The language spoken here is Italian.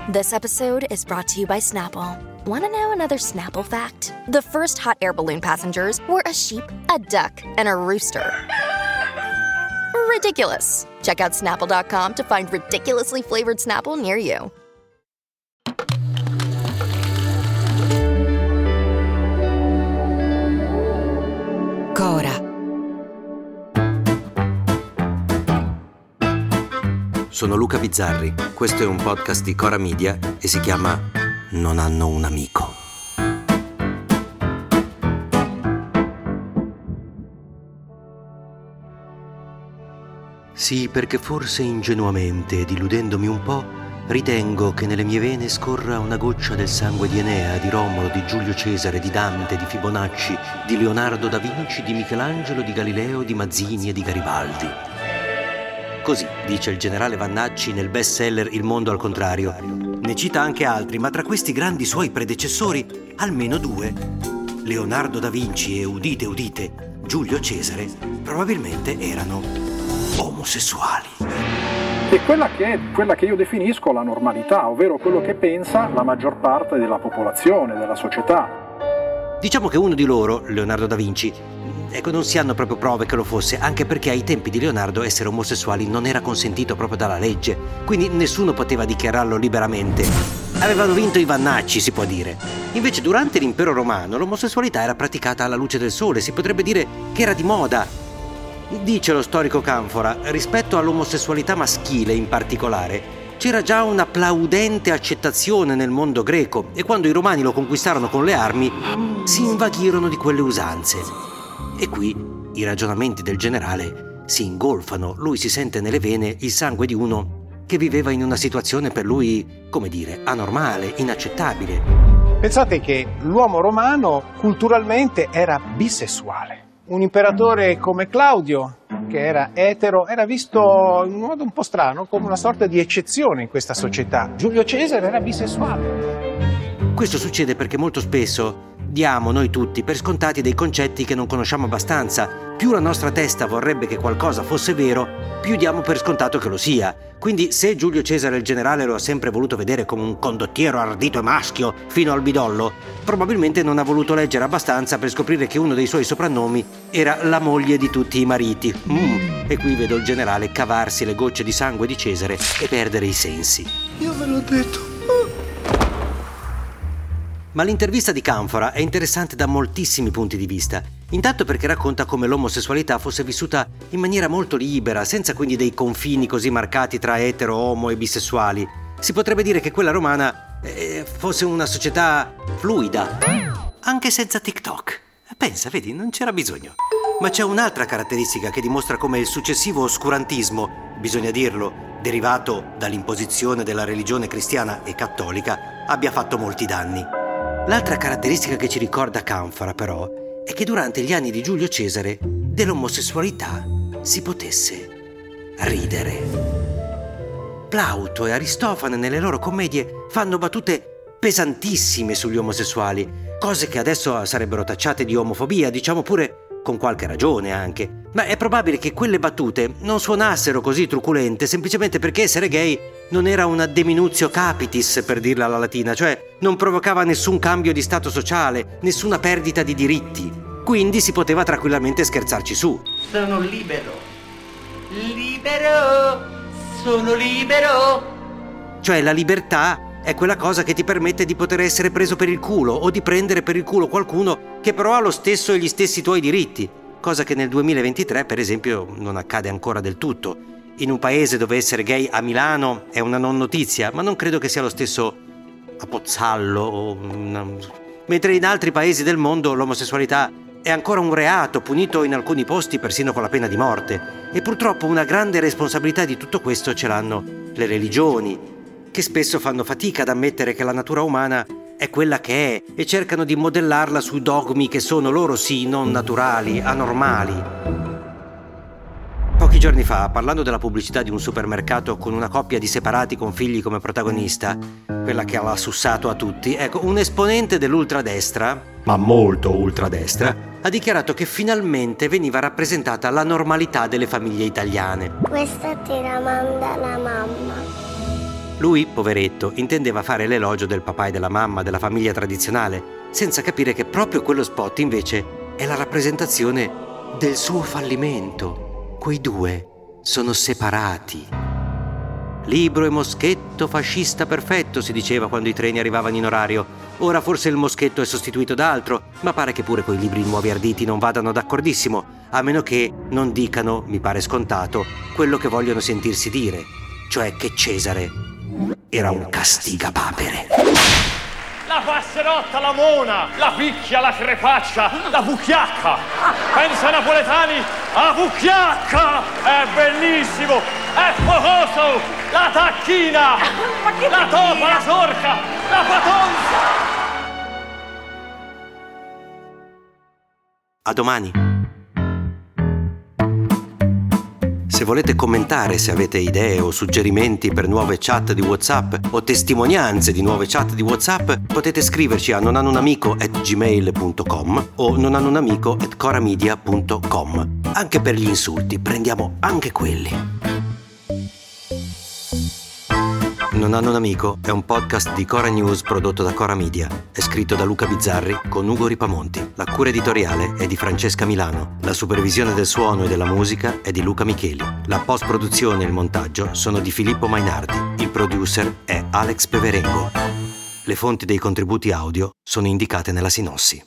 This episode is brought to you by Snapple. Want to know another Snapple fact? The first hot air balloon passengers were a sheep, a duck, and a rooster. Ridiculous. Check out Snapple.com to find ridiculously flavored Snapple near you. Cora. Sono Luca Bizzarri, questo è un podcast di Cora Media e si chiama Non hanno un amico. Sì, perché forse ingenuamente ed illudendomi un po', ritengo che nelle mie vene scorra una goccia del sangue di Enea, di Romolo, di Giulio Cesare, di Dante, di Fibonacci, di Leonardo da Vinci, di Michelangelo, di Galileo, di Mazzini e di Garibaldi. Così dice il generale Vannacci nel bestseller Il mondo al contrario. Ne cita anche altri, ma tra questi grandi suoi predecessori, almeno due. Leonardo da Vinci e, udite udite, Giulio Cesare, probabilmente erano omosessuali. E quella che io definisco la normalità, ovvero quello che pensa la maggior parte della popolazione, della società. Diciamo che uno di loro, Leonardo da Vinci, non si hanno proprio prove che lo fosse, anche perché ai tempi di Leonardo essere omosessuali non era consentito proprio dalla legge, quindi nessuno poteva dichiararlo liberamente. Avevano vinto i Vannacci, si può dire. Invece durante l'impero romano l'omosessualità era praticata alla luce del sole, si potrebbe dire che era di moda. Dice lo storico Canfora, rispetto all'omosessualità maschile in particolare, c'era già una plaudente accettazione nel mondo greco e quando i romani lo conquistarono con le armi si invaghirono di quelle usanze. E qui i ragionamenti del generale si ingolfano, lui si sente nelle vene il sangue di uno che viveva in una situazione per lui, come dire, anormale, inaccettabile. Pensate che l'uomo romano culturalmente era bisessuale. Un imperatore come Claudio, che era etero, era visto in un modo un po' strano come una sorta di eccezione in questa società. Giulio Cesare era bisessuale. Questo succede perché molto spesso diamo noi tutti per scontati dei concetti che non conosciamo abbastanza. Più la nostra testa vorrebbe che qualcosa fosse vero, più diamo per scontato che lo sia. Quindi se Giulio Cesare il generale lo ha sempre voluto vedere come un condottiero ardito e maschio fino al midollo, probabilmente non ha voluto leggere abbastanza per scoprire che uno dei suoi soprannomi era la moglie di tutti i mariti. E qui vedo il generale cavarsi le gocce di sangue di Cesare e perdere i sensi. Io ve l'ho detto. Ma l'intervista di Canfora è interessante da moltissimi punti di vista. Intanto perché racconta come l'omosessualità fosse vissuta in maniera molto libera, senza quindi dei confini così marcati tra etero, omo e bisessuali. Si potrebbe dire che quella romana fosse una società fluida, anche senza TikTok. Pensa, vedi, non c'era bisogno. Ma c'è un'altra caratteristica che dimostra come il successivo oscurantismo, bisogna dirlo, derivato dall'imposizione della religione cristiana e cattolica, abbia fatto molti danni. L'altra caratteristica che ci ricorda Canfora, però, è che durante gli anni di Giulio Cesare dell'omosessualità si potesse ridere. Plauto e Aristofane nelle loro commedie fanno battute pesantissime sugli omosessuali, cose che adesso sarebbero tacciate di omofobia, diciamo pure con qualche ragione anche. Ma è probabile che quelle battute non suonassero così truculente semplicemente perché essere gay non era una deminutio capitis, per dirla alla latina, cioè non provocava nessun cambio di stato sociale, nessuna perdita di diritti. Quindi si poteva tranquillamente scherzarci su. Sono libero, sono libero. Cioè la libertà è quella cosa che ti permette di poter essere preso per il culo o di prendere per il culo qualcuno che però ha lo stesso e gli stessi tuoi diritti, cosa che nel 2023 per esempio non accade ancora del tutto. In un paese dove essere gay a Milano è una non notizia, ma non credo che sia lo stesso a Pozzallo mentre in altri paesi del mondo l'omosessualità è ancora un reato punito in alcuni posti persino con la pena di morte. E purtroppo una grande responsabilità di tutto questo ce l'hanno le religioni, che spesso fanno fatica ad ammettere che la natura umana è quella che è e cercano di modellarla su dogmi che sono loro sì non naturali, anormali. Pochi giorni fa, parlando della pubblicità di un supermercato con una coppia di separati con figli come protagonista, quella che l'ha sussato a tutti, ecco, un esponente dell'ultradestra, ma molto ultradestra, ha dichiarato che finalmente veniva rappresentata la normalità delle famiglie italiane. Questa te la manda la mamma. Lui, poveretto, intendeva fare l'elogio del papà e della mamma, della famiglia tradizionale, senza capire che proprio quello spot invece è la rappresentazione del suo fallimento. Quei due sono separati. Libro e moschetto fascista perfetto, si diceva quando i treni arrivavano in orario. Ora forse il moschetto è sostituito da altro, ma pare che pure quei libri nuovi arditi non vadano d'accordissimo, a meno che non dicano, mi pare scontato, quello che vogliono sentirsi dire, cioè che Cesare era un castigapapere. La passerotta, la mona, la picchia, la crepaccia, la bucchiacca. Pensa ai napoletani a bucchiacca! È bellissimo! È focoso! La tacchina! La topa, la sorca! La patonza! A domani! Se volete commentare, se avete idee o suggerimenti per nuove chat di WhatsApp o testimonianze di nuove chat di WhatsApp, potete scriverci a nonhanunamico@gmail.com o nonhanunamico@coramedia.com. Anche per gli insulti, prendiamo anche quelli. Non hanno un amico è un podcast di Cora News prodotto da Cora Media. È scritto da Luca Bizzarri con Ugo Ripamonti. La cura editoriale è di Francesca Milano. La supervisione del suono e della musica è di Luca Micheli. La post-produzione e il montaggio sono di Filippo Mainardi. Il producer è Alex Peverengo. Le fonti dei contributi audio sono indicate nella sinossi.